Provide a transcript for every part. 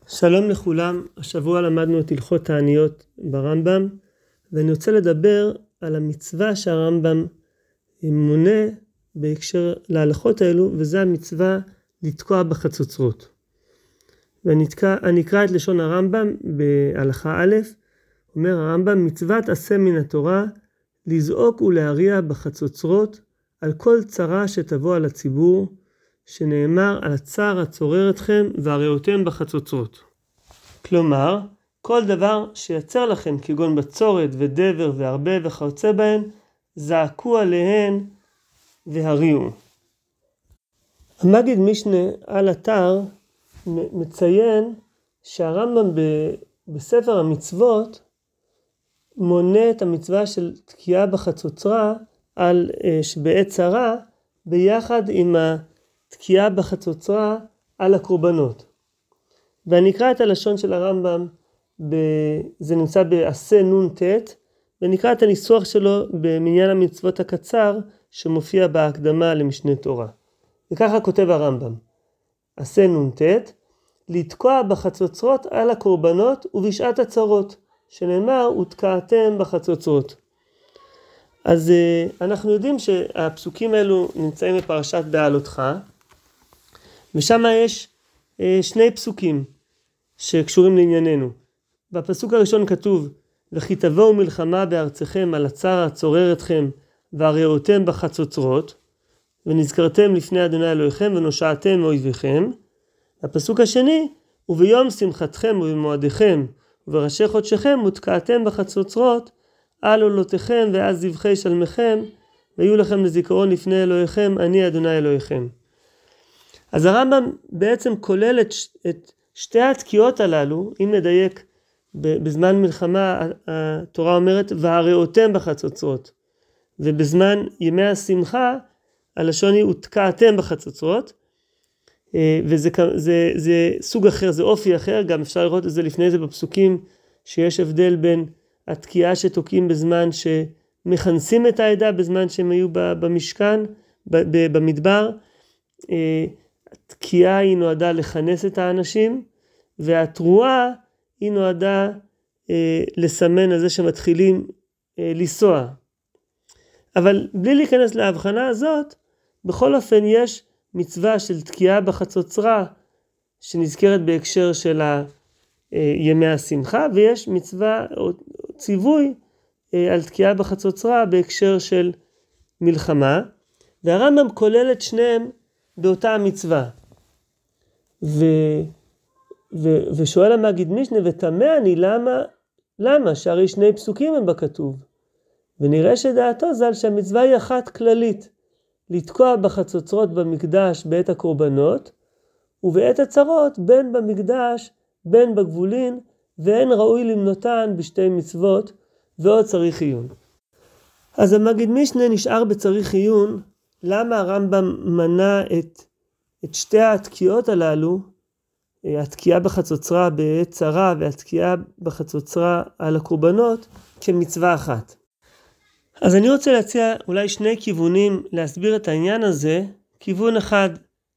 שלום לכולם, השבוע למדנו את הלכות תעניות ברמב"ם, ואני רוצה לדבר על המצווה שהרמב"ם מונה בהקשר להלכות האלו, וזה המצווה לתקוע בחצוצרות. ואני אקרא את לשון הרמב"ם בהלכה א', אומר הרמב"ם, מצוות עשה מן התורה, לזעוק ולהריע בחצוצרות על כל צרה שתבוא על הציבור, שנאמר על הצער הצורר אתכם והריעותם בחצוצרות. כלומר, כל דבר שיצר לכם כגון בצורת ודבר והרבה וכיוצא בהן, זעקו עליהן והריעו. המגיד משנה על אתר מציין שהרמב"ם בספר המצוות מונה את המצווה של תקיעה בחצוצרה על שבעת צרה ביחד עם תקיעה בחצוצרה על הקורבנות. ואני אקרא את הלשון של הרמב"ם, זה נמצא בעשה נון ת', ונקרא את הניסוח שלו במניין המצוות הקצר שמופיע בהקדמה למשנה תורה. וככה כותב הרמב"ם, עשה נון ת', לתקוע בחצוצרות על הקורבנות ובשעת הצרות, שנאמר ותקעתם בחצוצרות. אז אנחנו יודעים שהפסוקים האלו נמצאים בפרשת בעלותך, ושם יש שני פסוקים שקשורים לענייננו. בפסוק הראשון כתוב, וכי תבואו מלחמה בארצכם על הצער הצורר אתכם והריעותם בחצוצרות, ונזכרתם לפני אדוני אלוהיכם ונושעתם מאויביכם. הפסוק השני, וביום שמחתכם ובמועדיכם ובראשי חודשכם ותקעתם בחצוצרות על עולותיכם ואז זבחי שלמיכם, ויהיו לכם לזיכרון לפני אלוהיכם, אני אדוני אלוהיכם. אז הרמב"ם בעצם כולל את שתי התקיעות הללו, אם נדייק בזמן מלחמה, התורה אומרת, והריעותם בחצוצרות. ובזמן ימי השמחה, הלשון היא, ותקעתם בחצוצרות. וזה סוג אחר, זה אופי אחר, גם אפשר לראות את זה לפני זה בפסוקים, שיש הבדל בין התקיעה שתוקעים בזמן שמכנסים את העדה, בזמן שהם היו במשכן, במדבר. התקיעה היא נועדה לכנס את האנשים, והתרועה היא נועדה לסמן על זה שמתחילים לנסוע. אבל בלי להיכנס להבחנה הזאת, בכל אופן יש מצווה של תקיעה בחצוצרה, שנזכרת בהקשר של ימי השמחה, ויש מצווה או ציווי על תקיעה בחצוצרה בהקשר של מלחמה, והרמב"ם כולל את שניהם באותה המצווה. ושואל המגיד משנה, ותמה אני למה? שהרי שני פסוקים הם בכתוב. ונראה שדעתו ז"ל שהמצווה היא אחת כללית, לתקוע בחצוצרות במקדש בעת הקורבנות, ובעת הצרות בין במקדש בין בגבולין, ואין ראוי למנותן בשתי מצוות, ועוד צריך עיון. אז המגיד משנה נשאר בצריך עיון, למה הרמב"ם מנה את שתי התקיעות הללו, התקיעה בחצוצרה בעת צרה והתקיעה בחצוצרה על הקורבנות, כמצווה אחת. אז אני רוצה להציע אולי שני כיוונים להסביר את העניין הזה. כיוון אחד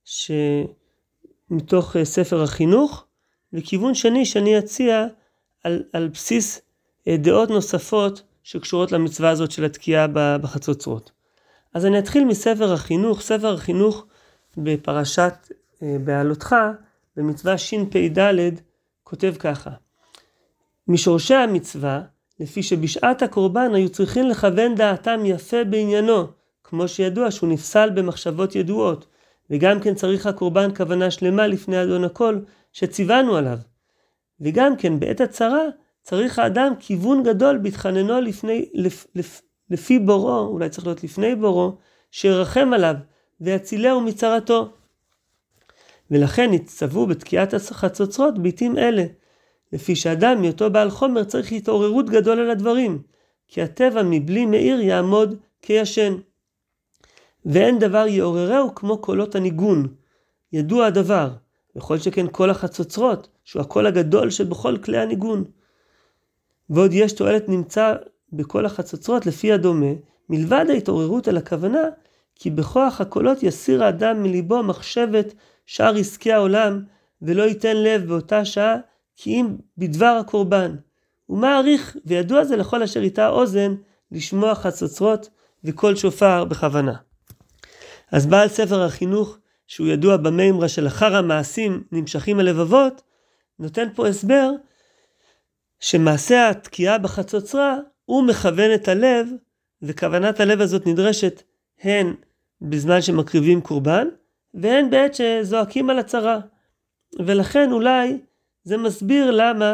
שמתוך ספר החינוך, וכיוון שני שאני אציע על בסיס דעות נוספות שקשורות למצווה הזאת של התקיעה בחצוצרות. אז אני אתחיל מספר החינוך. ספר החינוך בפרשת בעלותך, במצווה שפ"ד, כותב ככה, משורשי המצווה, לפי שבשעת הקורבן היו צריכים לכוון דעתם יפה בעניינו, כמו שידוע שהוא נפסל במחשבות ידועות, וגם כן צריך הקורבן כוונה שלמה לפני אדון הכל שציוונו עליו. וגם כן בעת הצרה צריך האדם כיוון גדול בהתחננו לפי בוראו, אולי צריך להיות לפני בוראו, שירחם עליו ויצילהו מצרתו. ולכן הצטוו בתקיעת החצוצרות ביתים אלה, לפי שאדם מאותו בעל חומר צריך התעוררות גדול על הדברים, כי הטבע מבלי מאיר יעמוד כישן. ואין דבר יעוררהו כמו קולות הניגון, ידוע הדבר, וכל שכן כל החצוצרות, שהוא הקול הגדול שבכל כלי הניגון. ועוד יש תועלת נמצא בכל החצוצרות לפי הדומה, מלבד ההתעוררות על הכוונה, כי בכוח הקולות יסיר האדם מליבו מחשבת שאר עסקי העולם, ולא ייתן לב באותה שעה, כי אם בדבר הקורבן. הוא מעריך, וידוע זה לכל אשר איתה אוזן, לשמוע חצוצרות וקול שופר בכוונה. אז בעל ספר החינוך, שהוא ידוע במימרה של אחר המעשים נמשכים הלבבות, נותן פה הסבר, שמעשה התקיעה בחצוצרה, הוא מכוון את הלב, וכוונת הלב הזאת נדרשת הן בזמן שמקריבים קורבן, והן בעת שזועקים על הצרה. ולכן אולי זה מסביר למה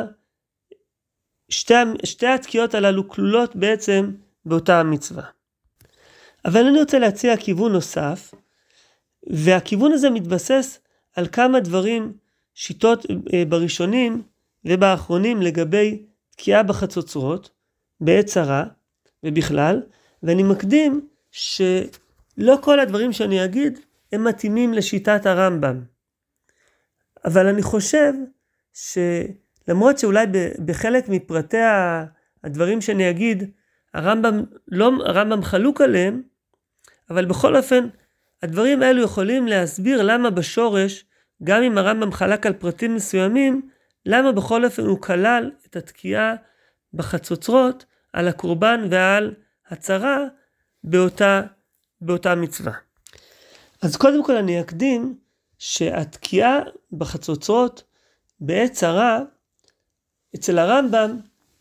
שתי התקיעות הללו כלולות בעצם באותה המצווה. אבל אני רוצה להציע כיוון נוסף, והכיוון הזה מתבסס על כמה דברים, שיטות בראשונים ובאחרונים לגבי תקיעה בחצוצרות, בעת צרה ובכלל, ואני מקדים שלא כל הדברים שאני אגיד הם מתאימים לשיטת הרמב"ם. אבל אני חושב שלמרות שאולי בחלק מפרטי הדברים שאני אגיד, הרמב"ם חלוק עליהם, אבל בכל אופן, הדברים האלו יכולים להסביר למה בשורש, גם אם הרמב"ם חלק על פרטים מסוימים, למה בכל אופן הוא כלל את התקיעה בחצוצרות על הקורבן ועל הצרה באותה מצווה. אז קודם כל אני אקדים שהתקיעה בחצוצרות בעת צרה, אצל הרמב"ם,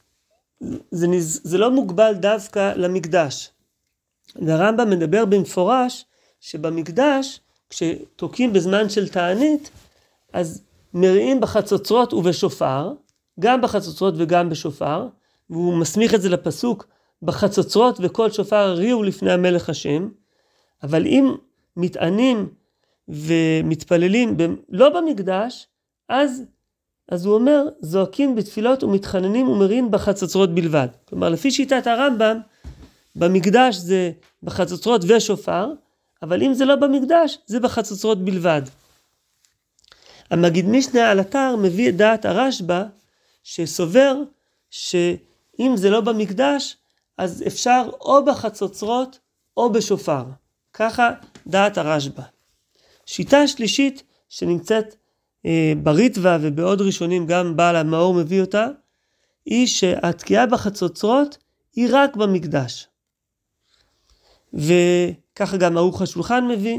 זה לא מוגבל דווקא למקדש. והרמב"ם מדבר במפורש שבמקדש, כשתוקים בזמן של תענית, אז מריעים בחצוצרות ובשופר, גם בחצוצרות וגם בשופר, והוא מסמיך את זה לפסוק, בחצוצרות וכל שופר הריעו לפני המלך השם, אבל אם מתענים ומתפללים לא במקדש, אז הוא אומר, זועקים בתפילות ומתחננים ומריעים בחצוצרות בלבד. כלומר, לפי שיטת הרמב"ם, במקדש זה בחצוצרות ושופר, אבל אם זה לא במקדש, זה בחצוצרות בלבד. המגיד משנה על אתר מביא את דעת הרשב"א, שסובר שאם זה לא במקדש, אז אפשר או בחצוצרות או בשופר. ככה דעת הרשב"א. שיטה שלישית שנמצאת בריטווה ובעוד ראשונים גם בעל המאור מביא אותה, היא שהתקיעה בחצוצרות היא רק במקדש. וככה גם ערוך השולחן מביא,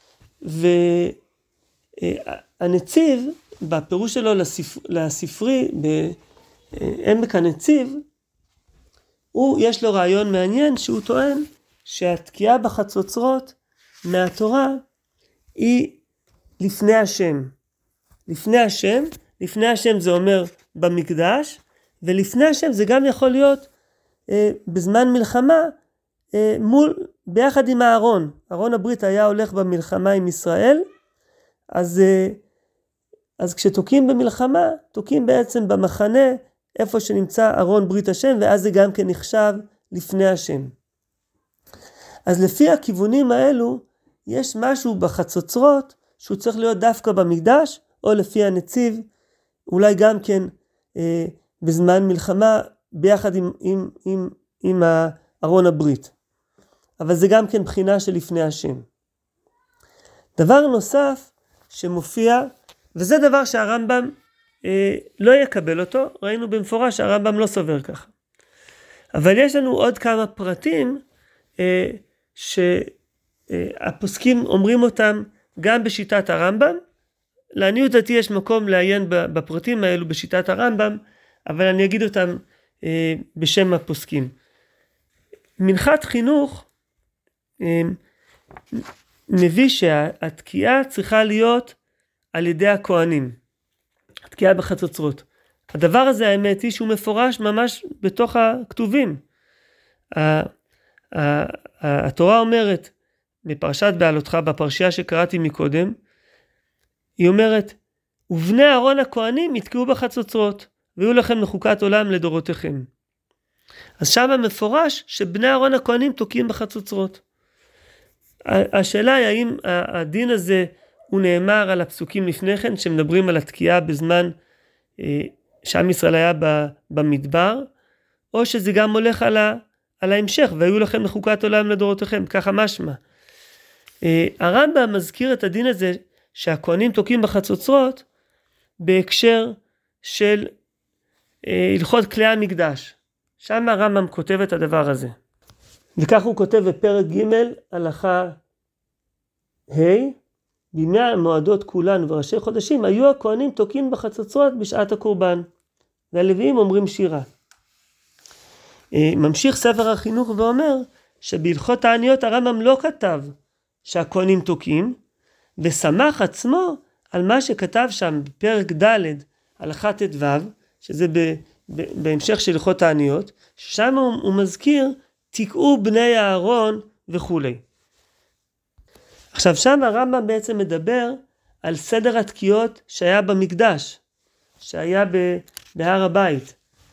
והנציב בפירוש שלו לספרי בעמק הנציב, יש לו רעיון מעניין שהוא טוען שהתקיעה בחצוצרות מהתורה היא לפני השם. לפני השם זה אומר במקדש, ולפני השם זה גם יכול להיות בזמן מלחמה ביחד עם הארון. ארון הברית היה הולך במלחמה עם ישראל, אז כשתוקים במלחמה, תוקים בעצם במחנה איפה שנמצא ארון ברית השם, ואז זה גם כן נחשב לפני השם. אז לפי הכיוונים האלו, יש משהו בחצוצרות שהוא צריך להיות דווקא במקדש, או לפי הנציב, אולי גם כן בזמן מלחמה ביחד עם ארון הברית. אבל זה גם כן בחינה של לפני השם. דבר נוסף שמופיע, וזה דבר שהרמב"ם לא יקבל אותו, ראינו במפורש שהרמב"ם לא סובר ככה. אבל יש לנו עוד כמה פרטים שהפוסקים אומרים אותם גם בשיטת הרמב"ם. לעניות דעתי יש מקום לעיין בפרטים האלו בשיטת הרמב"ם, אבל אני אגיד אותם בשם הפוסקים. מנחת חינוך מביא שהתקיעה צריכה להיות על ידי הכהנים, התקיעה בחצוצרות. הדבר הזה האמת היא שהוא מפורש ממש בתוך הכתובים. התורה אומרת בפרשת בעלותך, בפרשייה שקראתי מקודם, היא אומרת, ובני אהרון הכהנים יתקעו בחצוצרות, ויהיו לכם לחוקת עולם לדורותיכם. אז שם מפורש שבני אהרון הכהנים תוקעים בחצוצרות. השאלה היא האם הדין הזה הוא נאמר על הפסוקים לפני כן, שמדברים על התקיעה בזמן שעם ישראל היה במדבר, או שזה גם הולך על ההמשך, והיו לכם לחוקת עולם לדורותיכם, ככה משמע. הרמב"ם מזכיר את הדין הזה, שהכהנים תוקעים בחצוצרות, בהקשר של הלכות כלי המקדש. שם הרמב"ם כותב את הדבר הזה. וכך הוא כותב בפרק ג' הלכה ה' בימי המועדות כולן וראשי חודשים היו הכהנים תוקעים בחצוצרות בשעת הקורבן. והלוויים אומרים שירה. ממשיך ספר החינוך ואומר שבהלכות העניות הרמב"ם לא כתב שהכהנים תוקעים, ושמח עצמו על מה שכתב שם בפרק ד' הלכה ט"ו, שזה בהמשך של הלכות העניות, שם הוא מזכיר תקעו בני אהרון וכו'. עכשיו שם הרמב"ם בעצם מדבר על סדר התקיעות שהיה במקדש, שהיה בהר הבית,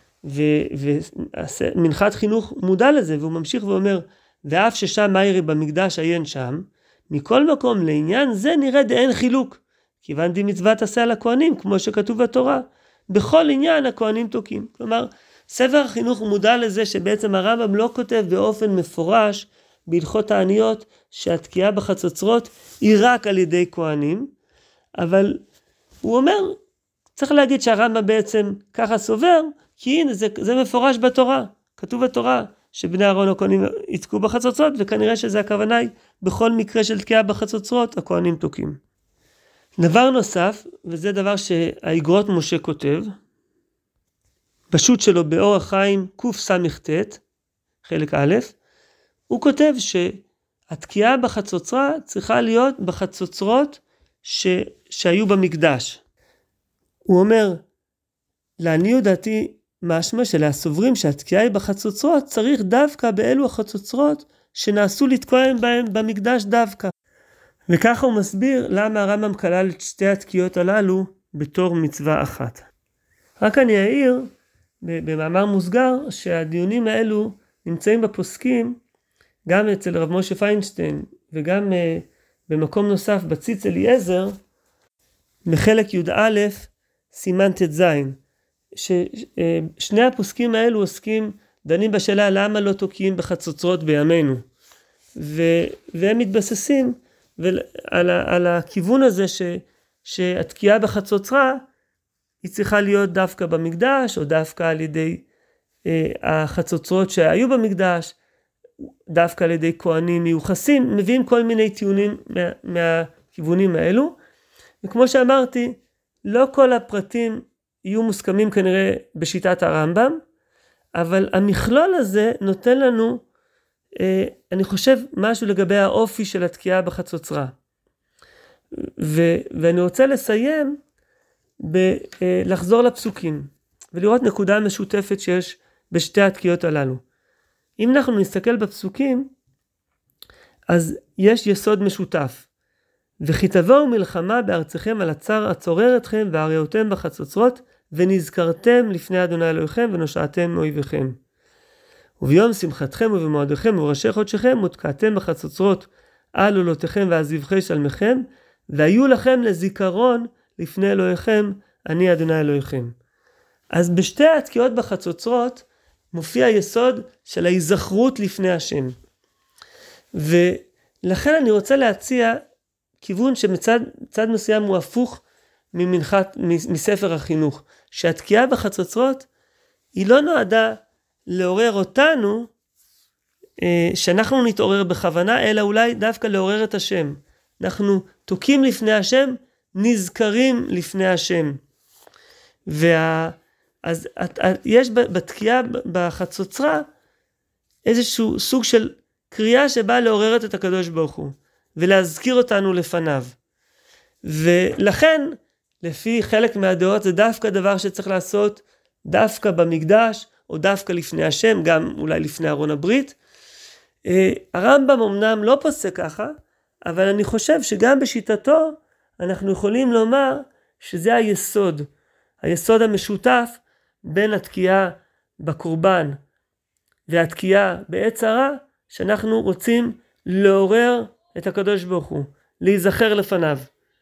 ומנחת חינוך מודע לזה, והוא ממשיך ואומר, ואף ששם מאירי במקדש עיין שם, מכל מקום לעניין זה נראה דאין חילוק, כיוון די מצוות עשה על הכהנים, כמו שכתוב בתורה, בכל עניין הכהנים תוקעים. כלומר, ספר החינוך מודע לזה שבעצם הרמב"ם לא כותב באופן מפורש בהלכות העניות שהתקיעה בחצוצרות היא רק על ידי כהנים, אבל הוא אומר, צריך להגיד שהרמב"ם בעצם ככה סובר, כי הנה זה מפורש בתורה, כתוב בתורה שבני אהרון הכהנים יתקעו בחצוצרות, וכנראה שזה הכוונה היא בכל מקרה של תקיעה בחצוצרות הכהנים תוקעים. דבר נוסף, וזה דבר שהאגרות משה כותב, פשוט שלו באור החיים קס"ט, חלק א', הוא כותב שהתקיעה בחצוצרה צריכה להיות בחצוצרות שהיו במקדש. הוא אומר, לעניות דעתי משמע שלסוברים שהתקיעה היא בחצוצרות, צריך דווקא באלו החצוצרות שנעשו לתקוע בהם במקדש דווקא. וככה הוא מסביר למה הרמב"ם כלל את שתי התקיעות הללו בתור מצווה אחת. רק אני אעיר במאמר מוסגר שהדיונים האלו נמצאים בפוסקים גם אצל רב משה פיינשטיין וגם במקום נוסף בציץ אליעזר בחלק י"א סימן ט"ז, ששני הפוסקים האלו עוסקים דנים בשאלה למה לא תוקעים בחצוצרות בימינו, והם מתבססים על הכיוון הזה שהתקיעה בחצוצרה היא צריכה להיות דווקא במקדש, או דווקא על ידי החצוצרות שהיו במקדש, דווקא על ידי כהנים מיוחסים, מביאים כל מיני טיעונים מהכיוונים האלו. וכמו שאמרתי, לא כל הפרטים יהיו מוסכמים כנראה בשיטת הרמב"ם, אבל המכלול הזה נותן לנו, אני חושב, משהו לגבי האופי של התקיעה בחצוצרה. ואני רוצה לסיים לחזור לפסוקים, ולראות נקודה משותפת שיש בשתי התקיעות הללו. אם אנחנו נסתכל בפסוקים, אז יש יסוד משותף. וכי תבואו מלחמה בארציכם על הצר הצורר אתכם והראותם בחצוצרות, ונזכרתם לפני אדוני אלוהיכם ונושעתם מאויביכם. וביום שמחתכם ובמועדיכם ובראשי חודשיכם ותקעתם בחצוצרות על עולותיכם ועזיבכי שלמיכם, והיו לכם לזיכרון לפני אלוהיכם, אני אדוני אלוהיכם. אז בשתי התקיעות בחצוצרות מופיע יסוד של ההיזכרות לפני השם. ולכן אני רוצה להציע כיוון שמצד מסוים הוא הפוך מספר החינוך, שהתקיעה בחצוצרות היא לא נועדה לעורר אותנו, שאנחנו נתעורר בכוונה, אלא אולי דווקא לעורר את השם. אנחנו תוקים לפני השם, נזכרים לפני השם. אז יש בתקיעה בחצוצרה איזשהו סוג של קריאה שבאה לעורר את הקדוש ברוך הוא, ולהזכיר אותנו לפניו. ולכן, לפי חלק מהדעות, זה דווקא דבר שצריך לעשות דווקא במקדש, או דווקא לפני השם, גם אולי לפני ארון הברית. הרמב"ם אמנם לא פוסק ככה, אבל אני חושב שגם בשיטתו, אנחנו יכולים לומר שזה היסוד המשותף בין התקיעה בקורבן והתקיעה בעת צרה, שאנחנו רוצים לעורר את הקדוש ברוך הוא, להיזכר לפניו.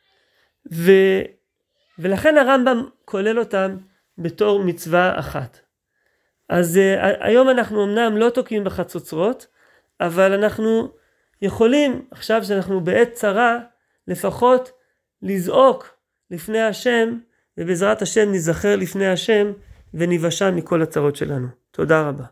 ולכן הרמב"ם כולל אותם בתור מצווה אחת. אז היום אנחנו אמנם לא תוקעים בחצוצרות, אבל אנחנו יכולים, עכשיו שאנחנו בעת צרה, לפחות לזעוק לפני השם ובעזרת השם נזכר לפני השם וניוושע מכל הצרות שלנו. תודה רבה.